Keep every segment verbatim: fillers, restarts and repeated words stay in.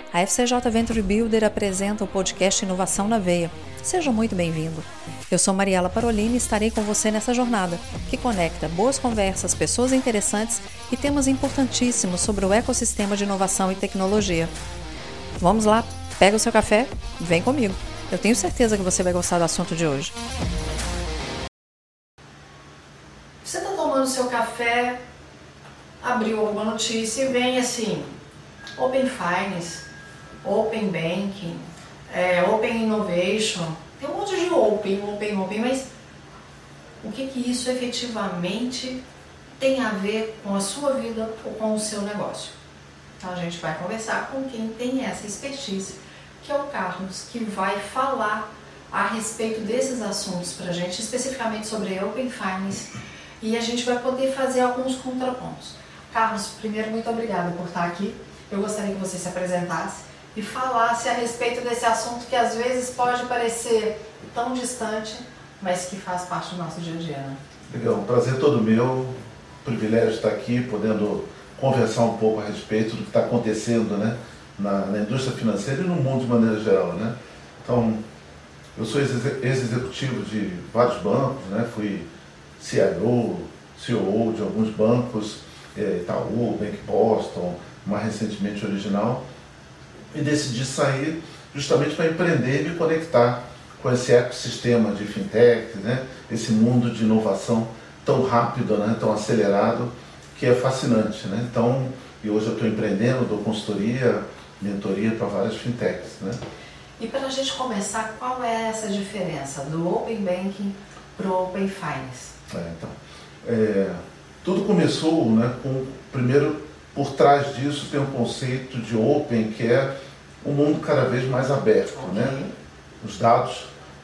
A F C J Venture Builder apresenta o podcast Inovação na Veia. Seja muito bem-vindo. Eu sou Mariela Parolini e estarei com você nessa jornada, que conecta boas conversas, pessoas interessantes e temas importantíssimos sobre o ecossistema de inovação e tecnologia. Vamos lá, pega o seu café e vem comigo. Eu tenho certeza que você vai gostar do assunto de hoje. Você está tomando seu café, abriu alguma notícia e vem assim, Open Finance, Open Banking, é, Open Innovation, tem um monte de Open, Open, Open, mas o que que isso efetivamente tem a ver com a sua vida ou com o seu negócio? Então a gente vai conversar com quem tem essa expertise, que é o Carlos, que vai falar a respeito desses assuntos para a gente, especificamente sobre Open Finance, e a gente vai poder fazer alguns contrapontos. Carlos, primeiro, muito obrigada por estar aqui. Eu gostaria que você se apresentasse e falasse a respeito desse assunto que às vezes pode parecer tão distante, mas que faz parte do nosso dia a dia, né? Legal, um prazer todo meu, privilégio estar aqui, podendo conversar um pouco a respeito do que está acontecendo, né, na, na indústria financeira e no mundo de maneira geral, né? Então, eu sou ex-executivo de vários bancos, né? Fui C I O, C E O de alguns bancos, Itaú, Bank Boston, mais recentemente Original, e decidi sair justamente para empreender e me conectar com esse ecossistema de fintech, né? Esse mundo de inovação tão rápido, né? Tão acelerado, que é fascinante, né? Então, e hoje eu estou empreendendo, dou consultoria, mentoria para várias fintechs, né? E para a gente começar, qual é essa diferença do Open Banking para o Open Finance? É, então, é, tudo começou, né, com, primeiro, por trás disso tem um conceito de Open, que é um mundo cada vez mais aberto, okay, né? Os dados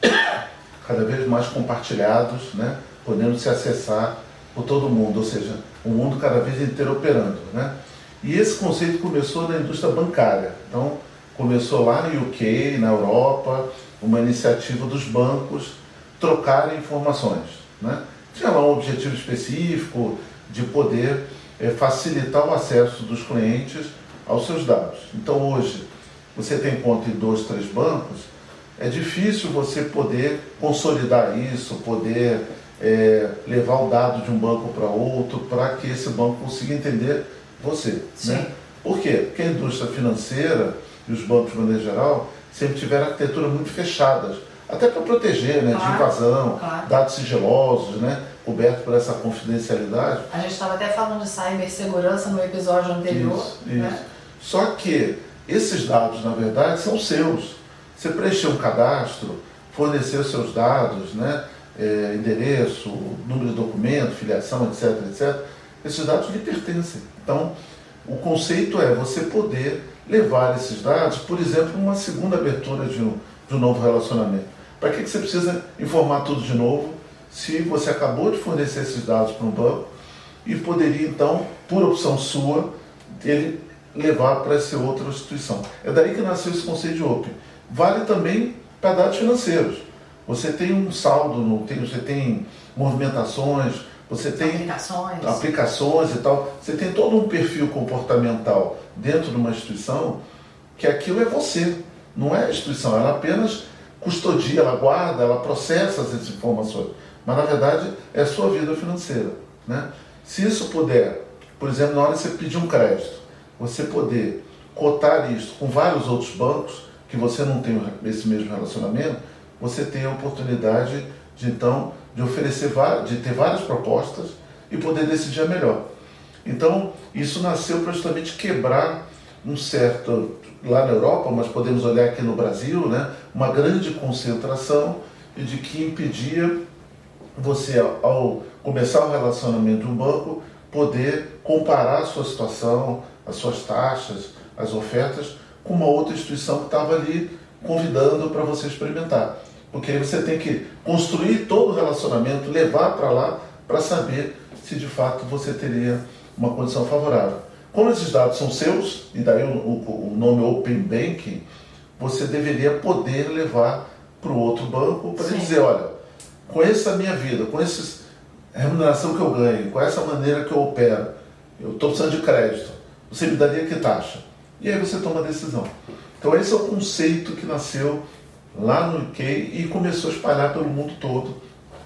cada vez mais compartilhados, né, podendo se acessar por todo mundo, ou seja, um mundo cada vez interoperando, né? E esse conceito começou na indústria bancária. Então, começou lá no U K, na Europa, uma iniciativa dos bancos trocarem informações, né? Tinha lá um objetivo específico de poder é, facilitar o acesso dos clientes aos seus dados. Então hoje, você tem conta em dois, três bancos, é difícil você poder consolidar isso, poder é, levar o dado de um banco para outro, para que esse banco consiga entender você. Né? Por quê? Porque a indústria financeira e os bancos de maneira geral sempre tiveram arquiteturas muito fechadas, até para proteger, né, claro, de invasão, claro, dados sigilosos, né, cobertos por essa confidencialidade. A gente estava até falando de cibersegurança no episódio anterior. Isso, né? isso. Só que esses dados, na verdade, são seus. Você preencheu um cadastro, forneceu seus dados, né, é, endereço, número de documento, filiação, etc, etcétera. Esses dados lhe pertencem. Então, o conceito é você poder levar esses dados, por exemplo, numa segunda abertura de um, de um novo relacionamento. Para que você precisa informar tudo de novo se você acabou de fornecer esses dados para um banco e poderia, então, por opção sua, ele levar para essa outra instituição? É daí que nasceu esse conceito de Open. Vale também para dados financeiros. Você tem um saldo, no, tem, você tem movimentações, você tem aplicações. aplicações e tal. Você tem todo um perfil comportamental dentro de uma instituição que aquilo é você, não é a instituição, ela apenas custodia, ela guarda, ela processa essas informações, mas na verdade é a sua vida financeira, né? Se isso puder, por exemplo, na hora de você pedir um crédito, você poder cotar isso com vários outros bancos que você não tem esse mesmo relacionamento, você tem a oportunidade de então de oferecer, de ter várias propostas e poder decidir a melhor. Então isso nasceu para justamente quebrar um certo, lá na Europa, mas podemos olhar aqui no Brasil, né, uma grande concentração de que impedia você, ao começar o relacionamento de um banco, poder comparar a sua situação, as suas taxas, as ofertas, com uma outra instituição que estava ali convidando para você experimentar. Porque aí você tem que construir todo o relacionamento, levar para lá, para saber se de fato você teria uma condição favorável. Como esses dados são seus, e daí o, o, o nome Open Banking, você deveria poder levar para o outro banco para ele dizer, olha, com essa minha vida, com essa remuneração que eu ganho, com essa maneira que eu opero, eu estou precisando de crédito, você me daria que taxa? E aí você toma a decisão. Então esse é o conceito que nasceu lá no U K e começou a espalhar pelo mundo todo.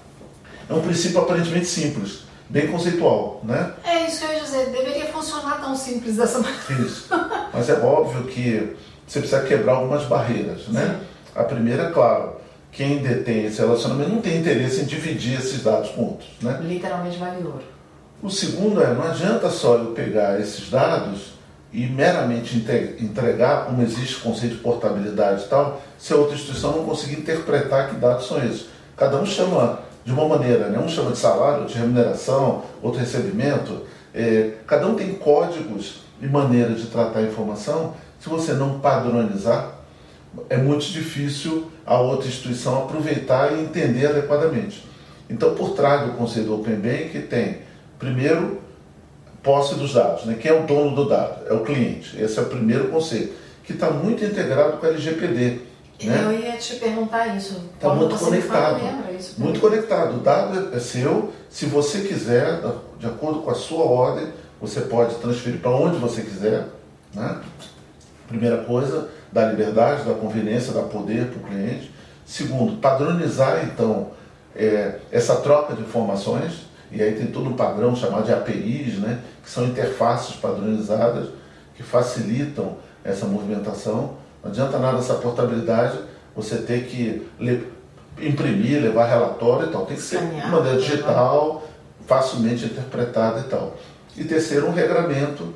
É um princípio aparentemente simples, bem conceitual, né? É isso que eu ia dizer, deveria funcionar tão simples dessa maneira. Isso. Mas é óbvio que você precisa quebrar algumas barreiras, né? Sim. A primeira, é claro, quem detém esse relacionamento não tem interesse em dividir esses dados com outros, né? Literalmente vale ouro. O segundo é, não adianta só eu pegar esses dados e meramente entregar, como existe o conceito de portabilidade e tal, se a outra instituição não conseguir interpretar que dados são esses. Cada um chama de uma maneira, né? Um chama de salário, outro de remuneração, outro recebimento. É, cada um tem códigos e maneiras de tratar a informação. Se você não padronizar, é muito difícil a outra instituição aproveitar e entender adequadamente. Então, por trás do conceito do Open Bank tem, primeiro, posse dos dados, né? Quem é o dono do dado? É o cliente. Esse é o primeiro conceito, que está muito integrado com a L G P D. Né? Eu ia te perguntar isso. Está muito conectado. Fala, isso muito conectado. O dado é seu. Se você quiser, de acordo com a sua ordem, você pode transferir para onde você quiser. Né? Primeira coisa, dar liberdade, dar conveniência, dar poder para o cliente. Segundo, padronizar, então, é, essa troca de informações. E aí tem todo um padrão chamado de A P Is, né? Que são interfaces padronizadas que facilitam essa movimentação. Não adianta nada essa portabilidade, você ter que le- imprimir, levar relatório e tal. Tem que ser de maneira digital, facilmente interpretada e tal. E terceiro, um regramento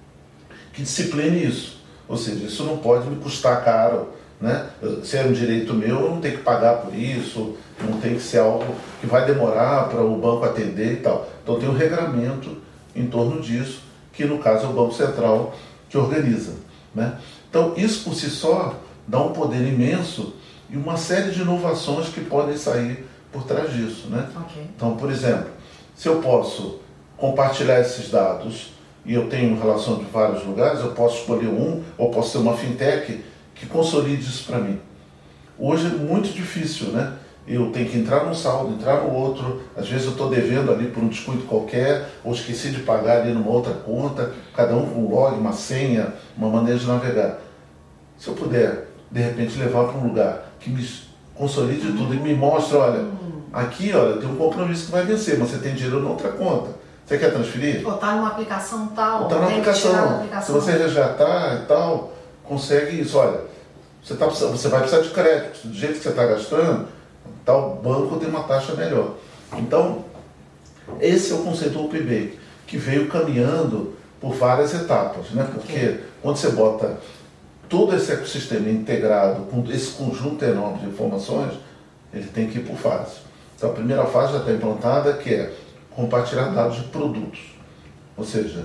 que discipline isso. Ou seja, isso não pode me custar caro, né? Se é um direito meu, eu não tenho que pagar por isso, não tem que ser algo que vai demorar para o banco atender e tal. Então tem um regramento em torno disso, que no caso é o Banco Central que organiza, né? Então isso por si só dá um poder imenso e uma série de inovações que podem sair por trás disso, né? Okay. Então, por exemplo, se eu posso compartilhar esses dados e eu tenho relação de vários lugares, eu posso escolher um, ou posso ter uma fintech que consolide isso para mim. Hoje é muito difícil, né? Eu tenho que entrar num saldo, entrar no outro, às vezes eu estou devendo ali por um descuido qualquer, ou esqueci de pagar ali numa outra conta, cada um com um log, uma senha, uma maneira de navegar. Se eu puder, de repente, levar para um lugar que me consolide hum. tudo e me mostre, olha, aqui, olha, tem um compromisso que vai vencer, mas você tem dinheiro na outra conta. Você quer transferir? Ou está numa aplicação tal, ou está na aplicação. aplicação. Se você resgatar e tal, consegue isso. Olha, você, tá, você vai precisar de crédito, do jeito que você está gastando, tal banco tem uma taxa melhor. Então, esse é o conceito do Open Bank, que veio caminhando por várias etapas, né? Porque okay. quando você bota todo esse ecossistema integrado com esse conjunto enorme de informações, ele tem que ir por fase. Então, a primeira fase já está implantada, que é compartilhar dados de produtos. Ou seja,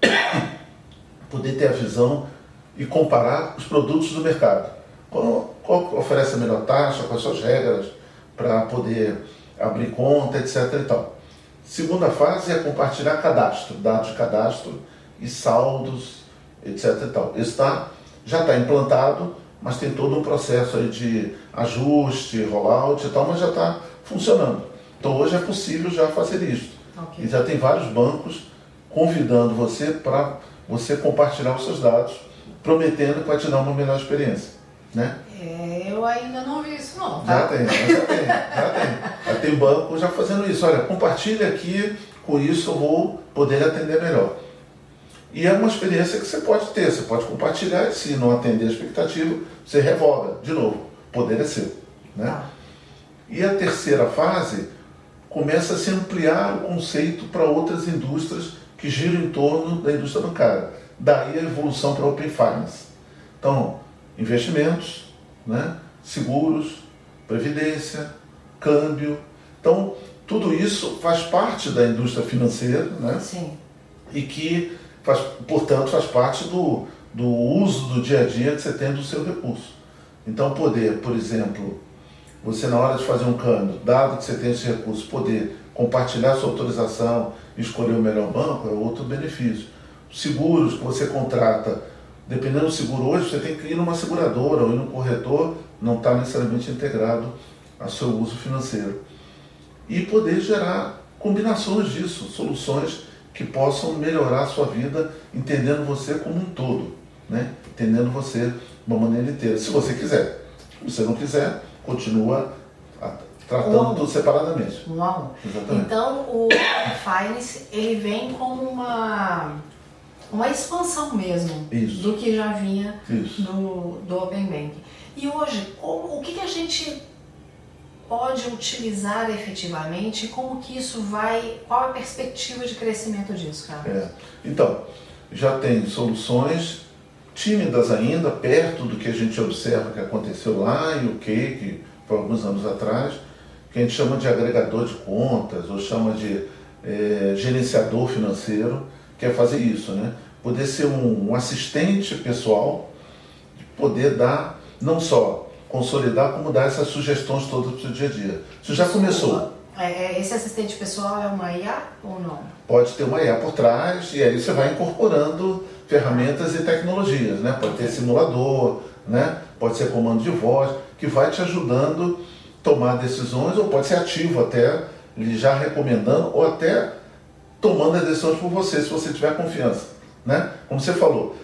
poder ter a visão e comparar os produtos do mercado. Qual, qual oferece a melhor taxa, quais são as regras para poder abrir conta, etc. e tal. Segunda fase é compartilhar cadastro, dados de cadastro e saldos, etc. e tal. Isso tá, já está implantado, mas tem todo um processo aí de ajuste, rollout e tal, mas já está funcionando. Então hoje é possível já fazer isso. Okay. E já tem vários bancos convidando você para você compartilhar os seus dados, prometendo que vai te dar uma melhor experiência, né? É, eu ainda não vi isso não, tá? Já tem, já tem, já tem. Já tem banco já fazendo isso. Olha, compartilha aqui, com isso eu vou poder atender melhor. E é uma experiência que você pode ter, você pode compartilhar e se não atender a expectativa, você revoga, de novo, o poder é seu, né? Ah. E a terceira fase começa a se ampliar o conceito para outras indústrias que giram em torno da indústria bancária. Daí a evolução para a Open Finance. Então, investimentos, né? Seguros, previdência, câmbio. Então, tudo isso faz parte da indústria financeira, né? Sim. E que, faz, portanto, faz parte do, do uso do dia a dia que você tem do seu recurso. Então, poder, por exemplo, você na hora de fazer um câmbio, dado que você tem esse recurso, poder compartilhar sua autorização e escolher o melhor banco é outro benefício. Seguros que você contrata, dependendo do seguro hoje, você tem que ir numa seguradora ou ir no corretor, não está necessariamente integrado ao seu uso financeiro. E poder gerar combinações disso, soluções que possam melhorar a sua vida, entendendo você como um todo, né? Entendendo você de uma maneira inteira. Se você quiser. Se você não quiser, continua tratando um tudo separadamente. Um a um. Exatamente. Então, o Finance, ele vem como uma, uma expansão mesmo Isso. do que já vinha Isso. do, do Open Banking. E hoje, como, o que, que a gente pode utilizar efetivamente e como que isso vai, qual a perspectiva de crescimento disso, cara? É. Então, já tem soluções tímidas ainda, perto do que a gente observa que aconteceu lá em U K, que foi alguns anos atrás, que a gente chama de agregador de contas, ou chama de é, gerenciador financeiro, que é fazer isso, né? Poder ser um, um assistente pessoal, de poder dar, não só consolidar, como dar essas sugestões todas para o seu dia a dia. Isso já começou. É, esse assistente pessoal é uma I A ou não? Pode ter uma I A por trás, e aí você vai incorporando ferramentas e tecnologias, né? Pode ter simulador, né? Pode ser comando de voz, que vai te ajudando a tomar decisões, ou pode ser ativo até, ele já recomendando, ou até tomando as decisões por você, se você tiver confiança, né? Como você falou,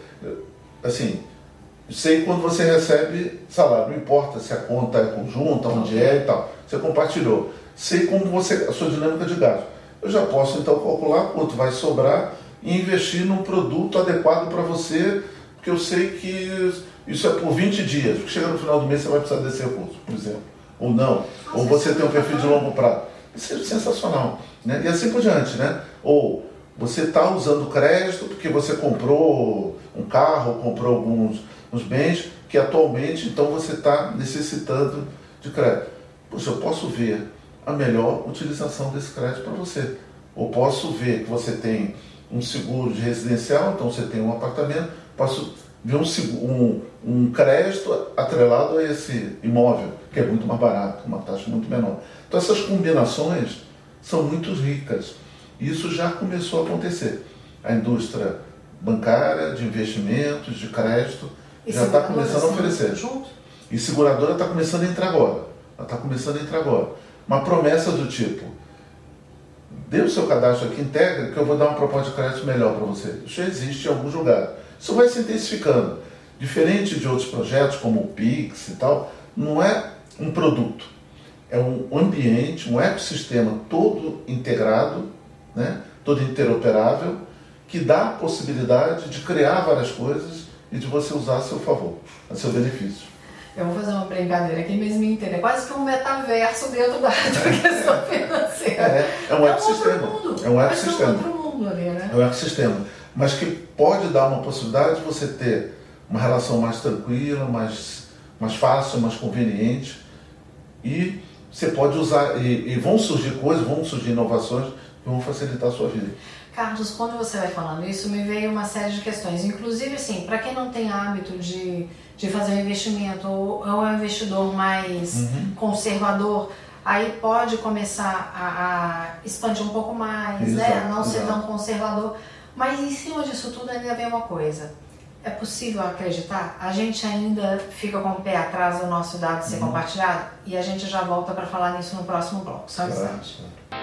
assim, sei quando você recebe salário, não importa se a conta é conjunta, onde é e tal, você compartilhou. Sei como você, a sua dinâmica de gasto. Eu já posso então calcular quanto vai sobrar e investir num produto adequado para você, porque eu sei que isso é por vinte dias, porque chega no final do mês você vai precisar desse recurso, por exemplo. Ou não, ou você tem um perfil de longo prazo. Isso é sensacional, né? E assim por diante, né? Ou você está usando crédito porque você comprou um carro, comprou alguns uns bens que atualmente então você está necessitando de crédito. Poxa, eu posso ver a melhor utilização desse crédito para você. Ou posso ver que você tem um seguro de residencial, então você tem um apartamento, posso ver um, um, um crédito atrelado a esse imóvel, que é muito mais barato, uma taxa muito menor. Então essas combinações são muito ricas. E isso já começou a acontecer. A indústria bancária, de investimentos, de crédito, e já está começando a oferecer. Junto? E seguradora está começando a entrar agora. Ela está começando a entrar agora. Uma promessa do tipo, dê o seu cadastro aqui, integra, que eu vou dar uma proposta de crédito melhor para você. Isso já existe em alguns lugares. Isso vai se intensificando. Diferente de outros projetos, como o Pix e tal, não é um produto. É um ambiente, um ecossistema todo integrado, né, todo interoperável, que dá a possibilidade de criar várias coisas e de você usar a seu favor, a seu benefício. Eu vou fazer uma brincadeira aqui, mas me entenda. É quase que um metaverso dentro da, da questão financeira. É, é um é ecossistema. Um mundo. É um ecossistema. É um outro mundo ali, né? É um ecossistema. Mas que pode dar uma possibilidade de você ter uma relação mais tranquila, mais, mais fácil, mais conveniente. E você pode usar, e, e vão surgir coisas, vão surgir inovações que vão facilitar a sua vida. Carlos, quando você vai falando isso, me veio uma série de questões. Inclusive, assim, para quem não tem hábito de, de fazer um investimento, ou é um investidor mais uhum. conservador, aí pode começar a, a expandir um pouco mais, exato, né? A não ser exato. tão conservador. Mas em cima disso tudo ainda vem uma coisa. É possível acreditar? A gente ainda fica com o pé atrás do nosso dado ser uhum. compartilhado? E a gente já volta para falar nisso no próximo bloco. Só um claro, instante. Claro.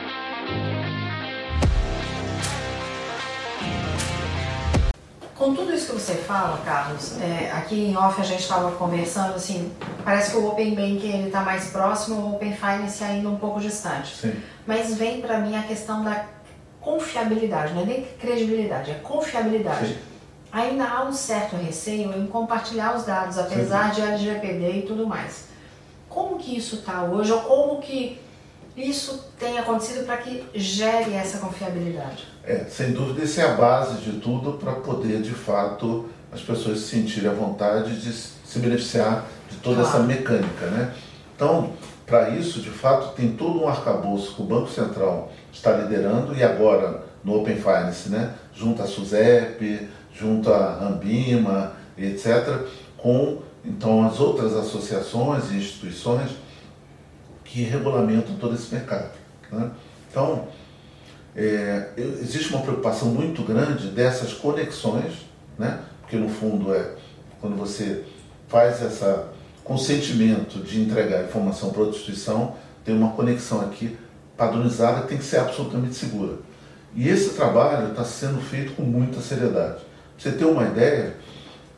Com tudo isso que você fala, Carlos, é, aqui em off a gente estava conversando, assim, parece que o Open Banking está mais próximo, o Open Finance ainda um pouco distante. Sim. Mas vem para mim a questão da confiabilidade, não é nem credibilidade, é confiabilidade. Sim. Ainda há um certo receio em compartilhar os dados, apesar Sim. de L G P D e tudo mais. Como que isso está hoje, ou como que isso tem acontecido para que gere essa confiabilidade? É, sem dúvida, isso é a base de tudo para poder, de fato, as pessoas se sentirem à vontade de se beneficiar de toda claro. essa mecânica, né? Então, para isso, de fato, tem todo um arcabouço que o Banco Central está liderando e agora, no Open Finance, né? Junto à SUSEP, junto à Ambima, etcétera, com, então, as outras associações e instituições que regulamentam todo esse mercado, né? Então, é, existe uma preocupação muito grande dessas conexões, né? Porque no fundo é quando você faz esse consentimento de entregar informação para outra instituição, tem uma conexão aqui padronizada que tem que ser absolutamente segura. E esse trabalho está sendo feito com muita seriedade. Pra você ter uma ideia,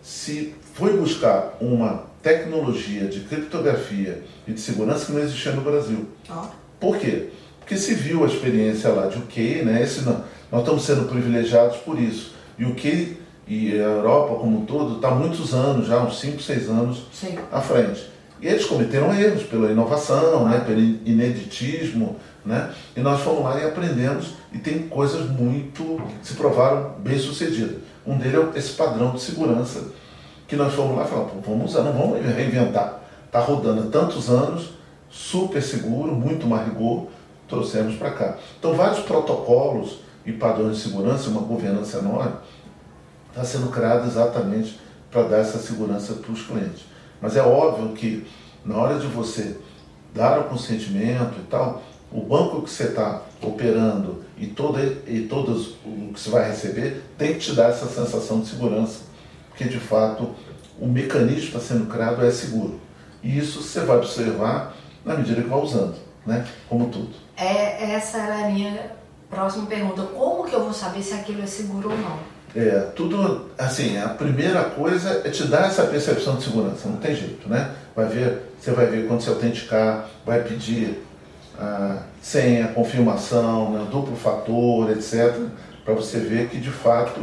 se foi buscar uma tecnologia de criptografia e de segurança que não existia no Brasil. Oh. Por quê? Porque se viu a experiência lá de U K, né? Esse não, nós estamos sendo privilegiados por isso. E U K e a Europa como um todo está há muitos anos, já uns cinco, seis anos Sim. à frente. E eles cometeram erros pela inovação, ah. né? Pelo ineditismo, né? E nós fomos lá e aprendemos, e tem coisas muito, se provaram bem sucedidas. Um deles é esse padrão de segurança, que nós fomos lá e falamos, vamos usar, não vamos reinventar. Está rodando há tantos anos, super seguro, muito mais rigor, trouxemos para cá. Então, vários protocolos e padrões de segurança, uma governança enorme, está sendo criado exatamente para dar essa segurança para os clientes. Mas é óbvio que, na hora de você dar o consentimento e tal, o banco que você está operando e, toda, e todos o que você vai receber tem que te dar essa sensação de segurança, porque de fato o mecanismo que está sendo criado é seguro. E isso você vai observar na medida que vai usando, né? Como tudo. É, essa era a minha próxima pergunta. Como que eu vou saber se aquilo é seguro ou não? É, tudo, assim, a primeira coisa é te dar essa percepção de segurança, não tem jeito, né? Vai ver, você vai ver quando você autenticar, vai pedir a senha, confirmação, né, duplo fator, etcétera, para você ver que de fato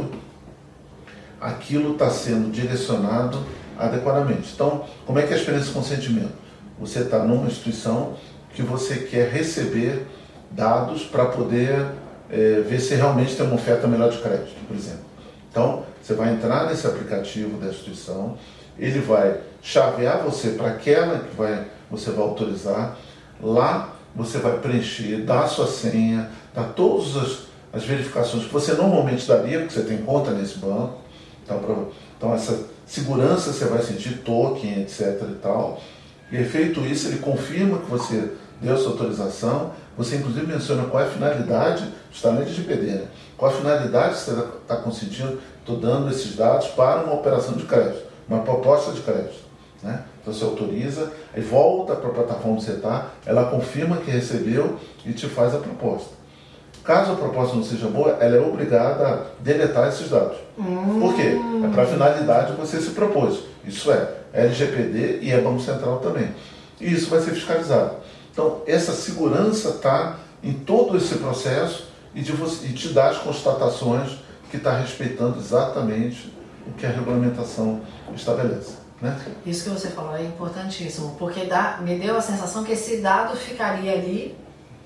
aquilo está sendo direcionado adequadamente. Então, como é que é a experiência de consentimento? Você está numa instituição que você quer receber dados para poder é, ver se realmente tem uma oferta melhor de crédito, por exemplo. Então, você vai entrar nesse aplicativo da instituição, ele vai chavear você para aquela que vai, você vai autorizar. Lá você vai preencher, dar a sua senha, dar todas as, as verificações que você normalmente daria, porque você tem conta nesse banco. Então, pra, então essa segurança você vai sentir, token, etcétera e tal. E feito isso, ele confirma que você deu sua autorização. Você inclusive menciona qual é a finalidade, está na L G P D, né? Qual a finalidade que você está consentindo, estou dando esses dados para uma operação de crédito, uma proposta de crédito, né? Então você autoriza, aí volta para a plataforma que você está, ela confirma que recebeu e te faz a proposta. Caso a proposta não seja boa, ela é obrigada a deletar esses dados. Hum. Por quê? É para a finalidade que você se propôs. Isso é L G P D e é Banco Central também. E isso vai ser fiscalizado. Então, essa segurança está em todo esse processo e, de você, e te dá as constatações que está respeitando exatamente o que a regulamentação estabelece. Né? Isso que você falou é importantíssimo, porque dá, me deu a sensação que esse dado ficaria ali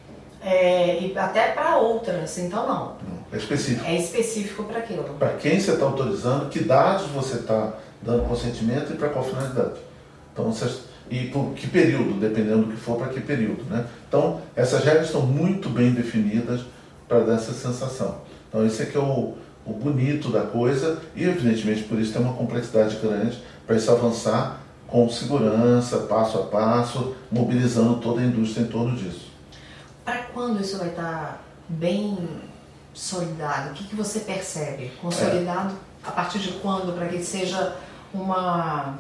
é, e até para outras, então não. Não. É específico. É específico para aquilo. Para quem você está autorizando, que dados você está dando consentimento e para qual finalidade. Então, vocês, e por que período, dependendo do que for, para que período. Né? Então, essas regras estão muito bem definidas para dar essa sensação. Então, esse aqui é o, o bonito da coisa e, evidentemente, por isso tem uma complexidade grande para isso avançar com segurança, passo a passo, mobilizando toda a indústria em torno disso. Para quando isso vai estar bem consolidado? O que, que você percebe? Consolidado é. A partir de quando? Para que seja uma...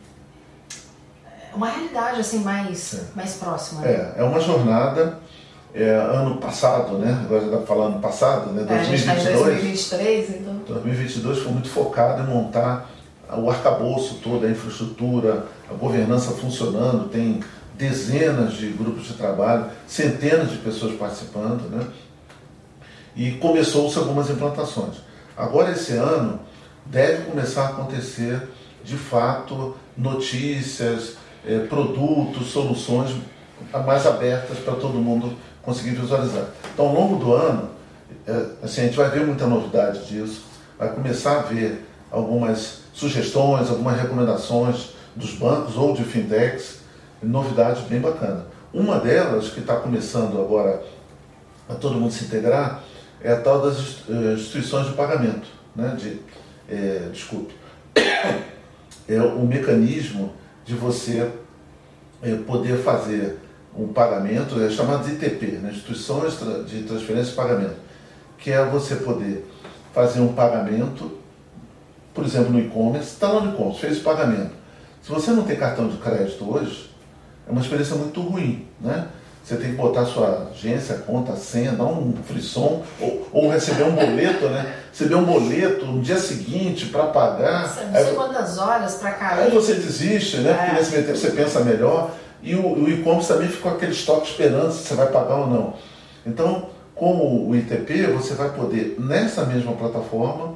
uma realidade assim mais, é. mais próxima. Né? É, é uma jornada. É, ano passado, né? Agora já está falando passado, né? dois mil e vinte e dois. É, a gente está em dois mil e vinte e três, então. dois mil e vinte e dois foi muito focado em montar o arcabouço todo, a infraestrutura, a governança funcionando, tem dezenas de grupos de trabalho, centenas de pessoas participando, né? E começou-se algumas implantações. Agora esse ano deve começar a acontecer de fato notícias, eh, produtos, soluções mais abertas para todo mundo conseguir visualizar. Então, ao longo do ano, eh, assim, a gente vai ver muita novidade disso, vai começar a ver algumas sugestões, algumas recomendações dos bancos ou de fintechs, novidades bem bacanas. Uma delas, que está começando agora a todo mundo se integrar, é a tal das instituições de pagamento, né? de, é, desculpe, é o mecanismo de você é, poder fazer um pagamento, é chamado de I T P, né? Instituições de Transferência de Pagamento, que é você poder fazer um pagamento, por exemplo, no e-commerce, está lá no e-commerce, fez o pagamento. Se você não tem cartão de crédito hoje, é uma experiência muito ruim, né? você tem que botar a sua agência, conta, senha, dar um frisson, ou, ou receber um boleto, né? Receber um boleto no dia seguinte para pagar. Não sei aí, quantas horas para cair. Aí você desiste, né? É. Porque nesse meio tempo você pensa melhor. E o, o e-commerce também fica com aquele estoque esperando se você vai pagar ou não. Então, com o I T P, você vai poder, nessa mesma plataforma,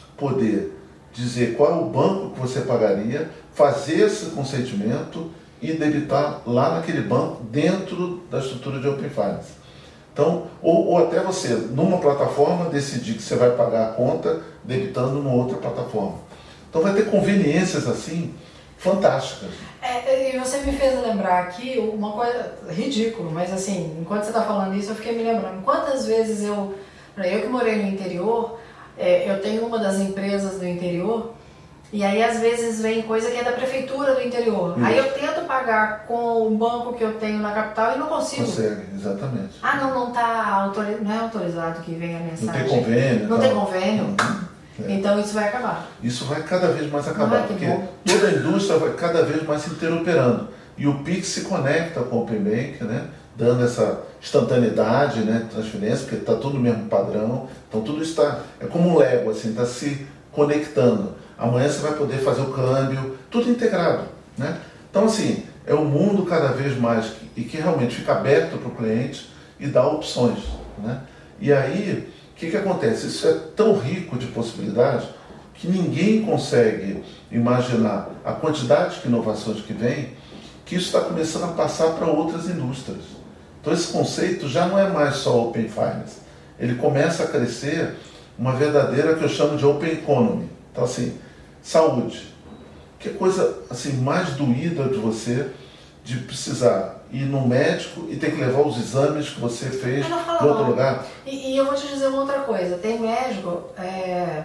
poder dizer qual é o banco que você pagaria, fazer esse consentimento e debitar lá naquele banco dentro da estrutura de Open Finance. Então, ou, ou até você, numa plataforma, decidir que você vai pagar a conta debitando numa outra plataforma. Então vai ter conveniências assim fantásticas. É, e você me fez lembrar aqui uma coisa ridícula, mas assim, enquanto você está falando isso, eu fiquei me lembrando. Quantas vezes eu, eu que morei no interior, é, eu tenho uma das empresas do interior, e aí às vezes vem coisa que é da prefeitura do interior. Isso. Aí eu tento pagar com o banco que eu tenho na capital e não consigo. Consegue, exatamente. Ah, não, não tá autorizado, não é autorizado que venha a mensagem. Não tem convênio. Não tá. tem convênio. Uhum. É. Então isso vai acabar. Isso vai cada vez mais acabar, ah, porque bom. toda a indústria vai cada vez mais se interoperando. E o Pix se conecta com o Open Bank, né? Dando essa instantaneidade, né? Transferência, porque está tudo no mesmo padrão. Então tudo está, é como um Lego, assim, está se conectando. Amanhã você vai poder fazer o câmbio, tudo integrado, né? Então assim, é um mundo cada vez mais que, e que realmente fica aberto para o cliente e dá opções, né? E aí, o que, que acontece? Isso é tão rico de possibilidades que ninguém consegue imaginar a quantidade de inovações que vem, que isso está começando a passar para outras indústrias. Então esse conceito já não é mais só Open Finance, ele começa a crescer uma verdadeira que eu chamo de Open Economy. Então assim, saúde. Que coisa assim, mais doída de você de precisar ir no médico e ter que levar os exames que você fez de outro lugar. E, e eu vou te dizer uma outra coisa, tem médico é,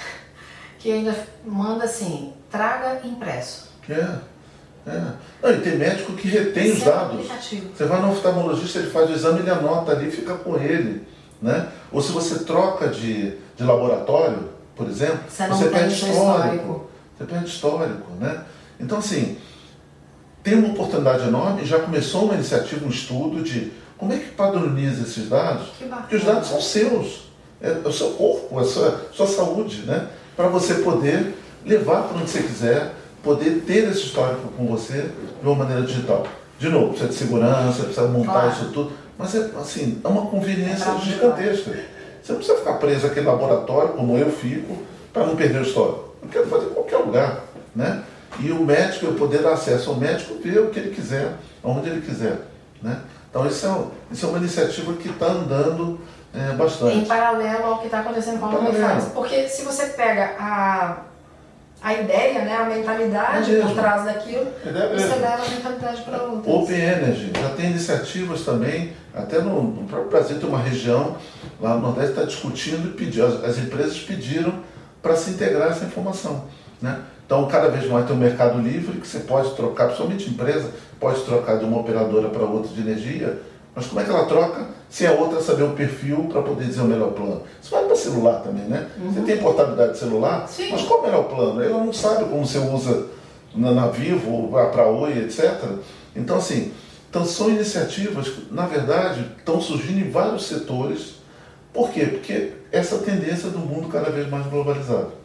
que ainda manda assim, traga impresso. É, é. Não, e tem médico que retém os dados. Você vai no oftalmologista, ele faz o exame, ele anota ali e fica com ele. Né? Ou se você troca de, de laboratório, por exemplo, você, você perde histórico. histórico. Você perde histórico, né? Então assim, tem uma oportunidade enorme, já começou uma iniciativa, um estudo de como é que padroniza esses dados, porque os dados são seus, é o seu corpo, a sua, sua saúde, né? Para você poder levar para onde você quiser, poder ter esse histórico com você de uma maneira digital. De novo, precisa de segurança, precisa montar claro. Isso tudo, mas é, assim, é uma conveniência é gigantesca. Você não precisa ficar preso àquele laboratório, como eu fico, para não perder o histórico. Eu quero fazer em qualquer lugar, né? E o médico, eu poder dar acesso ao médico, ver o que ele quiser, aonde ele quiser, né? Então isso é, isso é uma iniciativa que está andando é, bastante. Em paralelo ao que está acontecendo com a Open Finance. Porque se você pega a, a ideia, né, a mentalidade é por trás daquilo, é você leva a mentalidade para outras. Open Energy, já tem iniciativas também, até no, no próprio Brasil tem uma região, lá no Nordeste está discutindo e pediu, as, as empresas pediram para se integrar essa informação, né? Então, cada vez mais tem um mercado livre que você pode trocar, principalmente empresa, pode trocar de uma operadora para outra de energia, mas como é que ela troca se a outra saber o perfil para poder dizer o melhor plano? Isso vai para celular também, né? Uhum. Você tem portabilidade de celular, sim. Mas qual é o melhor plano? Ela não sabe como você usa na, na Vivo, para Oi, etcétera. Então, assim, então são iniciativas que, na verdade, estão surgindo em vários setores. Por quê? Porque essa tendência do mundo cada vez mais globalizado.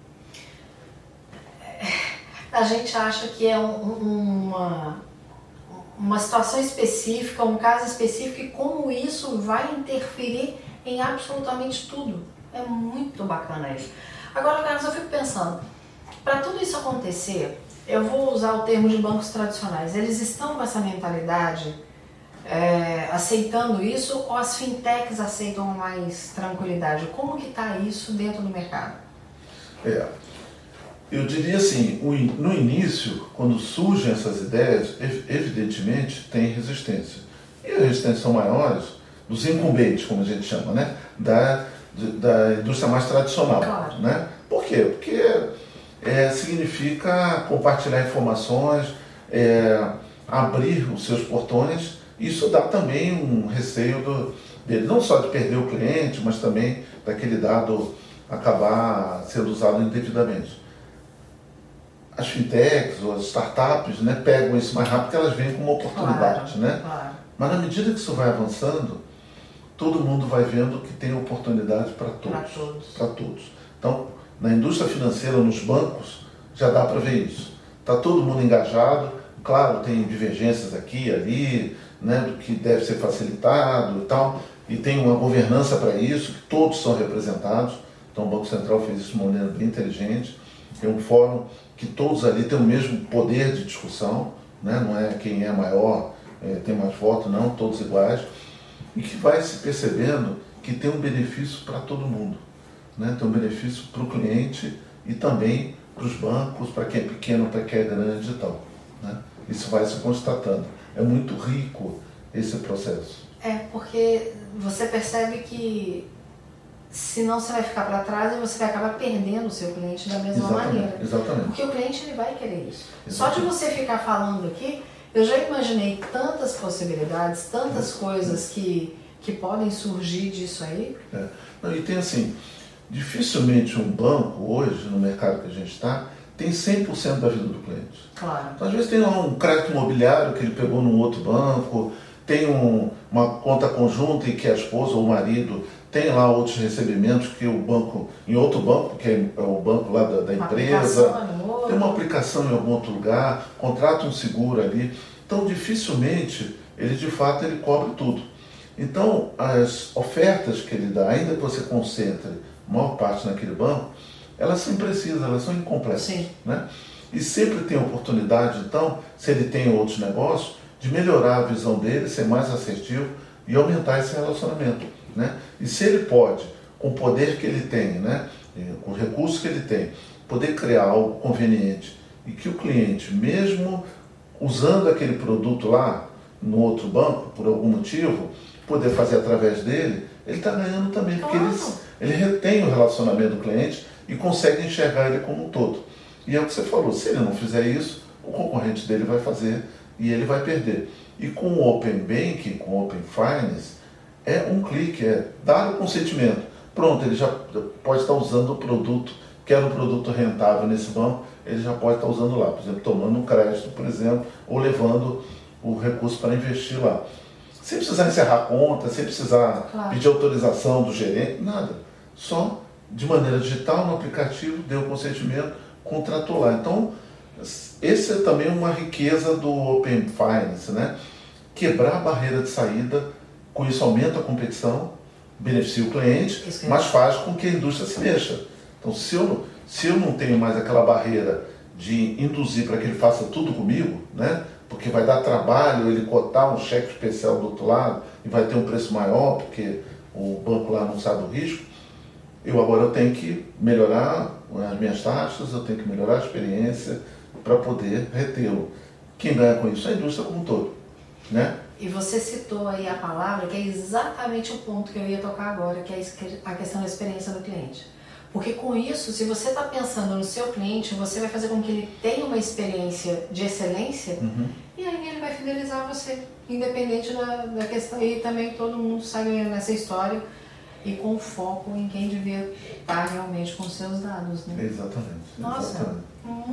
A gente acha que é um, uma, uma situação específica, um caso específico, e como isso vai interferir em absolutamente tudo. É muito bacana isso. Agora, Carlos, eu fico pensando, para tudo isso acontecer, eu vou usar o termo de bancos tradicionais, eles estão com essa mentalidade, é, aceitando isso, ou as fintechs aceitam mais tranquilidade? Como que está isso dentro do mercado? É... Eu diria assim, no início, quando surgem essas ideias, evidentemente tem resistência. E as resistências são maiores dos incumbentes, como a gente chama, né? da, da indústria mais tradicional. Claro. Né? Por quê? Porque é, significa compartilhar informações, é, abrir os seus portões. Isso dá também um receio do, dele, não só de perder o cliente, mas também daquele dado acabar sendo usado indevidamente. As fintechs ou as startups, né, pegam isso mais rápido porque elas veem como uma oportunidade. Claro, né? Claro. Mas na medida que isso vai avançando, todo mundo vai vendo que tem oportunidade para todos. Para todos. Para todos. Então, na indústria financeira, nos bancos, já dá para ver isso. Está todo mundo engajado, claro, tem divergências aqui e ali, né, do que deve ser facilitado e tal, e tem uma governança para isso, que todos são representados. Então o Banco Central fez isso de uma maneira bem inteligente. É um fórum que todos ali têm o mesmo poder de discussão, né? Não é quem é maior, é, tem mais voto, não, todos iguais. E que vai se percebendo que tem um benefício para todo mundo, né? Tem um benefício para o cliente e também para os bancos, para quem é pequeno, para quem é grande e tal, né? Isso vai se constatando. É muito rico esse processo. É, porque você percebe que senão você vai ficar para trás e você vai acabar perdendo o seu cliente da mesma Exatamente, maneira. Exatamente. Porque o cliente ele vai querer isso. Exatamente. Só de você ficar falando aqui, eu já imaginei tantas possibilidades, tantas coisas que, que podem surgir disso aí. É. Não, e tem assim, dificilmente um banco hoje, no mercado que a gente está, tem cem por cento da vida do cliente. Claro. Então, às vezes tem lá um crédito imobiliário que ele pegou num outro banco, tem um, uma conta conjunta em que a esposa ou o marido tem lá outros recebimentos que o banco, em outro banco, que é o banco lá da, da empresa, tem uma aplicação em algum outro lugar, contrata um seguro ali. Então, dificilmente, ele de fato ele cobre tudo. Então, as ofertas que ele dá, ainda que você concentre a maior parte naquele banco, elas são imprecisas, elas são incompletas. Sim. Né? E sempre tem oportunidade, então, se ele tem outros negócios, de melhorar a visão dele, ser mais assertivo e aumentar esse relacionamento. Né? E se ele pode, com o poder que ele tem, né? Com os recursos que ele tem, poder criar algo conveniente e que o cliente, mesmo usando aquele produto lá no outro banco, por algum motivo, poder fazer através dele, ele está ganhando também, porque ele, ele retém o relacionamento do cliente e consegue enxergar ele como um todo. E é o que você falou, se ele não fizer isso, o concorrente dele vai fazer e ele vai perder. E com o Open Banking, com o Open Finance, é um clique, é dar o consentimento. Pronto, ele já pode estar usando o produto, que era um produto rentável nesse banco, ele já pode estar usando lá, por exemplo, tomando um crédito, por exemplo, ou levando o recurso para investir lá. Sem precisar encerrar a conta, sem precisar claro. pedir autorização do gerente, nada. Só de maneira digital, no aplicativo, deu o consentimento, contratou lá. Então, essa é também uma riqueza do Open Finance, né? Quebrar a barreira de saída, com isso aumenta a competição, beneficia o cliente, isso mas faz com que a indústria se mexa. Então, se eu, se eu não tenho mais aquela barreira de induzir para que ele faça tudo comigo, né? Porque vai dar trabalho ele cotar um cheque especial do outro lado e vai ter um preço maior, porque o banco lá não sabe o risco, eu agora eu tenho que melhorar as minhas taxas, eu tenho que melhorar a experiência para poder retê-lo. Quem ganha com isso é a indústria como um todo, né? E você citou aí a palavra que é exatamente o ponto que eu ia tocar agora, que é a questão da experiência do cliente. Porque com isso, se você está pensando no seu cliente, você vai fazer com que ele tenha uma experiência de excelência, uhum. e aí ele vai fidelizar você, independente da, da questão. E também todo mundo sai ganhando nessa história e com foco em quem devia estar realmente com seus dados, né? Exatamente. Nossa, exatamente.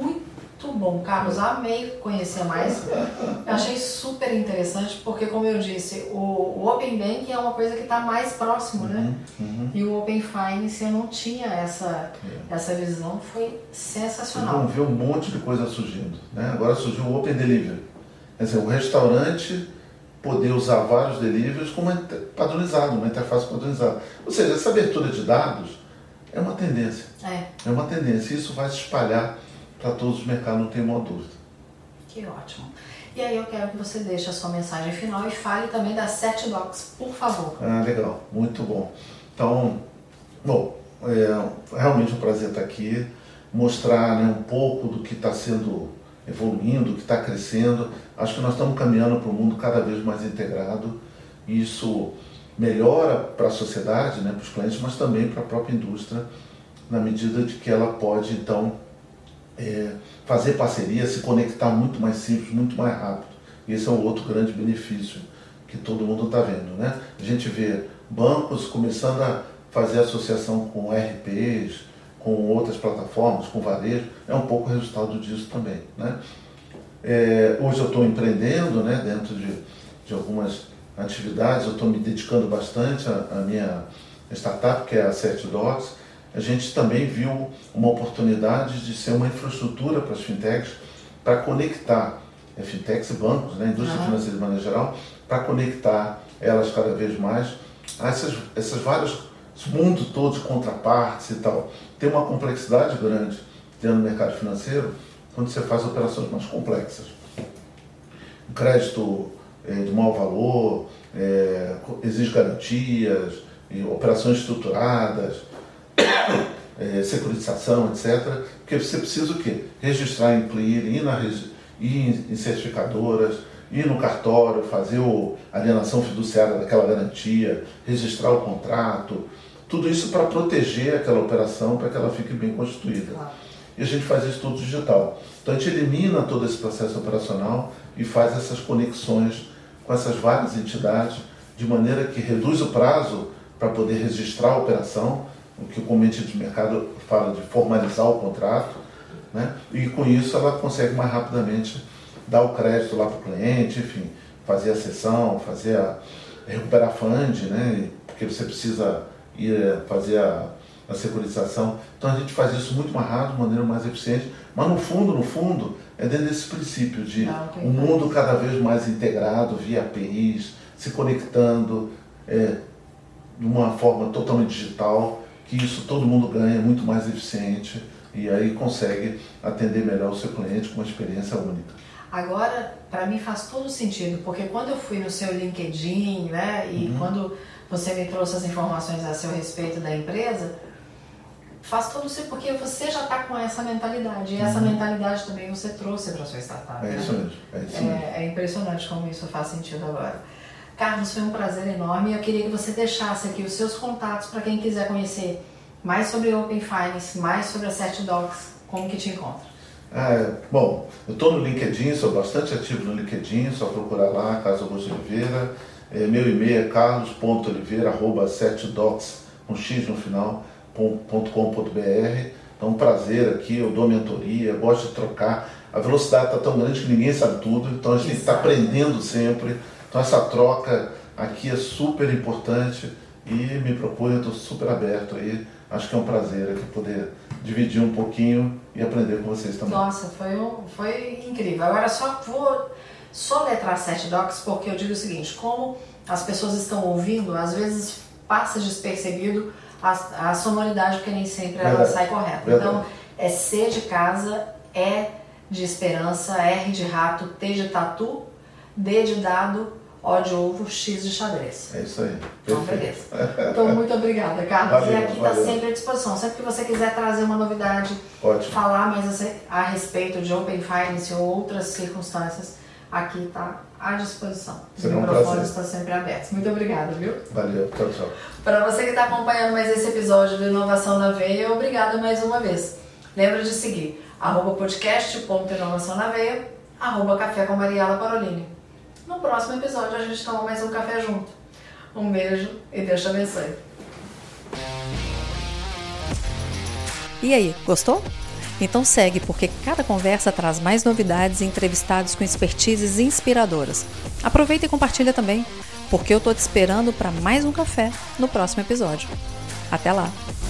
muito bom, Carlos. Amei conhecer mais. Eu achei super interessante, porque, como eu disse, o, o Open Banking é uma coisa que está mais próximo, uhum, né? Uhum. E o Open Finance, eu não tinha essa, é. essa visão, foi sensacional. Vocês vão ver um monte de coisa surgindo, né? Agora surgiu o Open Delivery. Quer dizer, o restaurante poder usar vários deliveries como padronizado, uma interface padronizada. Ou seja, essa abertura de dados é uma tendência. É. É uma tendência. Isso vai se espalhar para todos os mercados, não tem uma dúvida. Que ótimo. E aí eu quero que você deixe a sua mensagem final e fale também da Sete Docs, por favor. Ah, legal. Muito bom. Então, bom, é realmente um prazer estar aqui, mostrar, né, um pouco do que está sendo evoluindo, que está crescendo. Acho que nós estamos caminhando para um mundo cada vez mais integrado. E isso melhora para a sociedade, né, para os clientes, mas também para a própria indústria, na medida de que ela pode, então, é, fazer parceria, se conectar muito mais simples, muito mais rápido. E esse é um outro grande benefício que todo mundo está vendo, né? A gente vê bancos começando a fazer associação com R Ps, com outras plataformas, com varejo, é um pouco resultado disso também, né? É, hoje eu estou empreendendo, né, dentro de, de algumas atividades. Eu estou me dedicando bastante à, à minha startup, que é a CertDocs. A gente também viu uma oportunidade de ser uma infraestrutura para as fintechs, para conectar é, fintechs e bancos, né, a indústria uhum. financeira de maneira geral, para conectar elas cada vez mais a essas, essas várias, esse mundo todo de contrapartes e tal. Tem uma complexidade grande dentro do mercado financeiro quando você faz operações mais complexas. O crédito é, de maior valor, é, exige garantias, operações estruturadas, é, securitização, etcétera. Porque você precisa o quê? Registrar em Clear, ir, na, ir em certificadoras, ir no cartório, fazer o, a alienação fiduciária daquela garantia, registrar o contrato, tudo isso para proteger aquela operação, para que ela fique bem constituída. Claro. E a gente faz isso tudo digital. Então a gente elimina todo esse processo operacional e faz essas conexões com essas várias entidades, de maneira que reduz o prazo para poder registrar a operação, o que o comitê de mercado fala de formalizar o contrato, né? E com isso ela consegue mais rapidamente dar o crédito lá para o cliente, enfim, fazer a cessão, fazer a, recuperar fund, né? Porque você precisa ir fazer a, a securitização. Então a gente faz isso muito mais rápido, de maneira mais eficiente, mas no fundo, no fundo, é dentro desse princípio de um mundo cada vez mais integrado via A P Is, se conectando é, de uma forma totalmente digital, que isso todo mundo ganha, muito mais eficiente, e aí consegue atender melhor o seu cliente com uma experiência única. Agora, para mim faz todo sentido, porque quando eu fui no seu LinkedIn, né, e uhum. quando você me trouxe as informações a seu respeito da empresa, faz todo sentido, porque você já está com essa mentalidade, e uhum. essa mentalidade também você trouxe para a sua startup. É né? isso mesmo. É, isso mesmo. É, é impressionante como isso faz sentido agora. Carlos, foi um prazer enorme e eu queria que você deixasse aqui os seus contatos para quem quiser conhecer mais sobre Open Finance, mais sobre a CertDocs, como que te encontra. Ah, bom, eu estou no LinkedIn, sou bastante ativo no LinkedIn, só procurar lá, Carlos Augusto Oliveira. É, meu e-mail é carlos ponto oliveira arroba certdocs, com X no final, ponto com ponto b r. Então, um prazer aqui, eu dou mentoria, gosto de trocar. A velocidade está tão grande que ninguém sabe tudo, então a gente tem que estar aprendendo sempre. Então, essa troca aqui é super importante e me procure, eu estou super aberto aí. Acho que é um prazer aqui poder dividir um pouquinho e aprender com vocês também. Nossa, foi, um, foi incrível. Agora só vou soletrar CertDocs porque eu digo o seguinte, como as pessoas estão ouvindo, às vezes passa despercebido a, a sonoridade, porque nem sempre ela Verdade. sai correta. Verdade. Então, é C de casa, E de esperança, R de rato, T de tatu, D de dado, O de ovo, X de xadrez. É isso aí. Então, beleza. Então, muito obrigada, Carlos. Valeu, e aqui está sempre à disposição. Sempre que você quiser trazer uma novidade, Ótimo. falar mais a respeito de Open Finance ou outras circunstâncias, aqui está à disposição. Os Será um microfones estão sempre abertos. Muito obrigada, viu? Valeu. Tchau, tchau. Para você que está acompanhando mais esse episódio do Inovação na Veia, obrigada mais uma vez. Lembra de seguir arroba podcast ponto inovação na veia, arroba café com Mariela Parolini. No próximo episódio a gente toma mais um café junto. Um beijo e Deus te abençoe. E aí, gostou? Então segue, porque cada conversa traz mais novidades e entrevistados com expertises inspiradoras. Aproveita e compartilha também, porque eu tô te esperando para mais um café no próximo episódio. Até lá!